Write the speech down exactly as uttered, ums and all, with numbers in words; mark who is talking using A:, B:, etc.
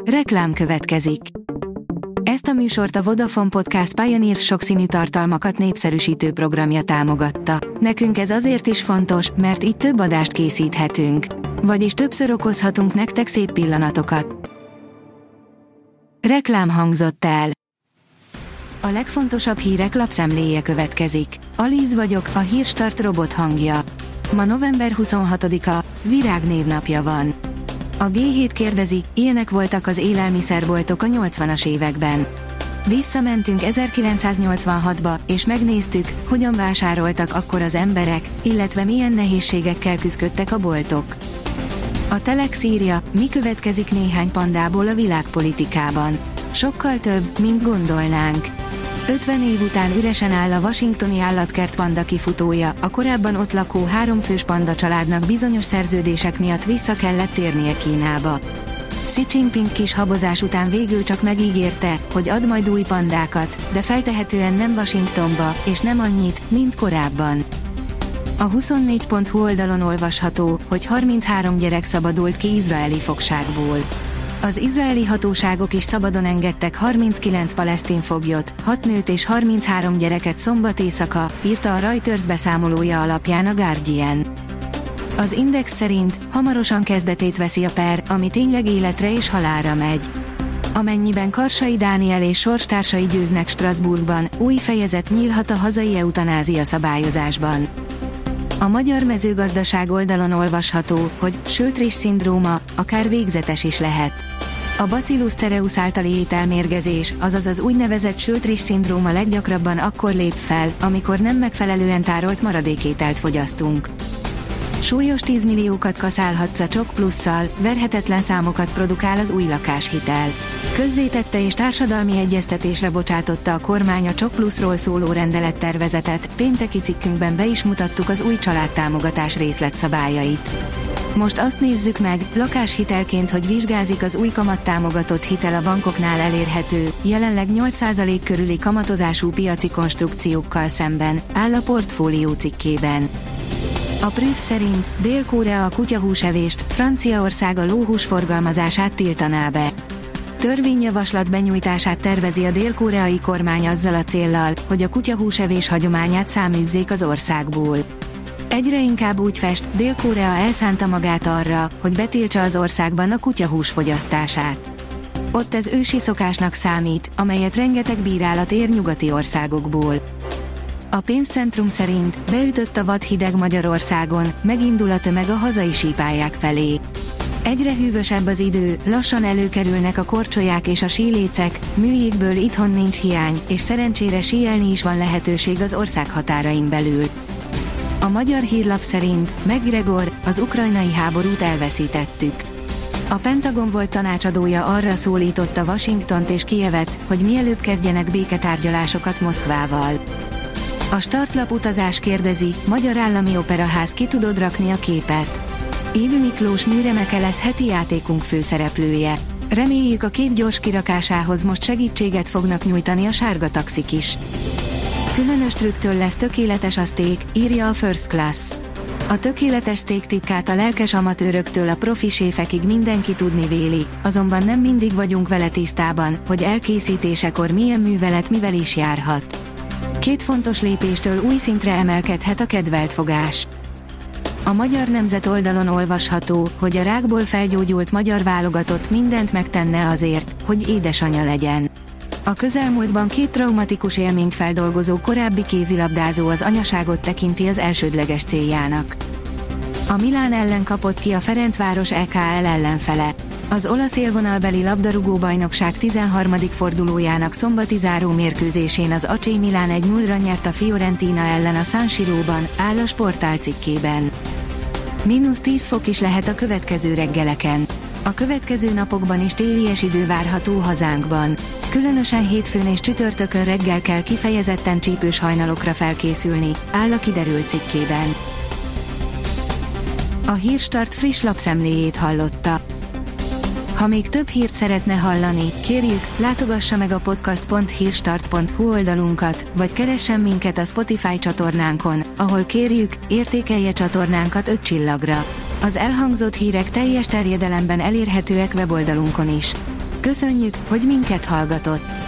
A: Reklám következik. Ezt a műsort a Vodafone Podcast Pioneer sokszínű tartalmakat népszerűsítő programja támogatta. Nekünk ez azért is fontos, mert így több adást készíthetünk. Vagyis többször okozhatunk nektek szép pillanatokat. Reklám hangzott el. A legfontosabb hírek lapszemléje következik. Alíz vagyok, a Hírstart robot hangja. Ma november huszonhatodika, Virág névnapja van. A gé hét kérdezi, ilyenek voltak az élelmiszerboltok a nyolcvanas években. Visszamentünk ezerkilencszáznyolcvanhatba, és megnéztük, hogyan vásároltak akkor az emberek, illetve milyen nehézségekkel küzdöttek a boltok. A Telex írja, mi következik néhány pandából a világpolitikában. Sokkal több, mint gondolnánk. ötven év után üresen áll a washingtoni állatkert panda kifutója, a korábban ott lakó háromfős panda családnak bizonyos szerződések miatt vissza kellett térnie Kínába. Xi Jinping kis habozás után végül csak megígérte, hogy ad majd új pandákat, de feltehetően nem Washingtonba, és nem annyit, mint korábban. A huszonnégy pont hu oldalon olvasható, hogy harminchárom gyerek szabadult ki izraeli fogságból. Az izraeli hatóságok is szabadon engedtek harminckilenc palesztin foglyot, hat nőt és harminchárom gyereket szombat éjszaka, írta a Reuters beszámolója alapján a Guardian. Az Index szerint hamarosan kezdetét veszi a per, ami tényleg életre és halálra megy. Amennyiben Karsai Dániel és sorstársai győznek Strasbourgban, új fejezet nyílhat a hazai eutanázia szabályozásban. A magyar mezőgazdaság oldalon olvasható, hogy Söltrich-szindróma akár végzetes is lehet. A Bacillus cereus általi ételmérgezés, azaz az úgynevezett Söltrich-szindróma leggyakrabban akkor lép fel, amikor nem megfelelően tárolt maradékételt fogyasztunk. Súlyos tízmilliókat kaszálhatsz a Csok Plusszal, verhetetlen számokat produkál az új lakáshitel. Közzétette és társadalmi egyeztetésre bocsátotta a kormány a Csok Pluszról szóló rendelettervezetet, pénteki cikkünkben be is mutattuk az új családtámogatás részletszabályait. Most azt nézzük meg, lakáshitelként hogy vizsgázik az új kamattámogatott hitel a bankoknál elérhető, jelenleg nyolc százalék körüli kamatozású piaci konstrukciókkal szemben, áll a Portfólió cikkében. A Prüf szerint Dél-Korea a kutyahúsevést, Franciaország a lóhús forgalmazását tiltaná be. Törvényjavaslat benyújtását tervezi a dél-koreai kormány azzal a céllal, hogy a kutyahúsevés hagyományát száműzzék az országból. Egyre inkább úgy fest, Dél-Korea elszánta magát arra, hogy betiltsa az országban a kutyahús fogyasztását. Ott ez ősi szokásnak számít, amelyet rengeteg bírálat ér nyugati országokból. A pénzcentrum szerint beütött a vadhideg Magyarországon, megindul a tömeg a hazai sípályák felé. Egyre hűvösebb az idő, lassan előkerülnek a korcsolyák és a sílécek, műjégből itthon nincs hiány, és szerencsére síelni is van lehetőség az ország határain belül. A Magyar Hírlap szerint McGregor, az ukrajnai háborút elveszítettük. A Pentagon volt tanácsadója arra szólította Washingtont és Kijevet, hogy mielőbb kezdjenek béketárgyalásokat Moszkvával. A startlap utazás kérdezi, Magyar Állami Operaház ki tudod rakni a képet? Évi Miklós műremeke lesz heti játékunk főszereplője. Reméljük a kép gyors kirakásához most segítséget fognak nyújtani a sárga taxik is. Különös trükktől lesz tökéletes a steak, írja a First Class. A tökéletes steak titkát a lelkes amatőröktől a profi séfekig mindenki tudni véli, azonban nem mindig vagyunk vele tisztában, hogy elkészítésekor milyen művelet mivel is járhat. Két fontos lépéstől új szintre emelkedhet a kedvelt fogás. A Magyar Nemzet oldalon olvasható, hogy a rákból felgyógyult magyar válogatott mindent megtenne azért, hogy édesanya legyen. A közelmúltban két traumatikus élményt feldolgozó korábbi kézilabdázó az anyaságot tekinti az elsődleges céljának. A Milán ellen kapott ki a Ferencváros é ká el ellenfele. Az olasz élvonalbeli labdarúgó-bajnokság tizenharmadik fordulójának szombati záró mérkőzésén az á cé Milán egy nullra nyert a Fiorentina ellen a San Siróban, áll a Sportál cikkében. Mínusz tíz fok is lehet a következő reggeleken. A következő napokban is télies idő várható hazánkban. Különösen hétfőn és csütörtökön reggel kell kifejezetten csípős hajnalokra felkészülni, áll a Kiderült cikkében. A Hírstart friss lapszemléjét hallotta. Ha még több hírt szeretne hallani, kérjük, látogassa meg a podcast pont hírstart pont hu oldalunkat, vagy keressen minket a Spotify csatornánkon, ahol kérjük, értékelje csatornánkat öt csillagra. Az elhangzott hírek teljes terjedelemben elérhetőek weboldalunkon is. Köszönjük, hogy minket hallgatott!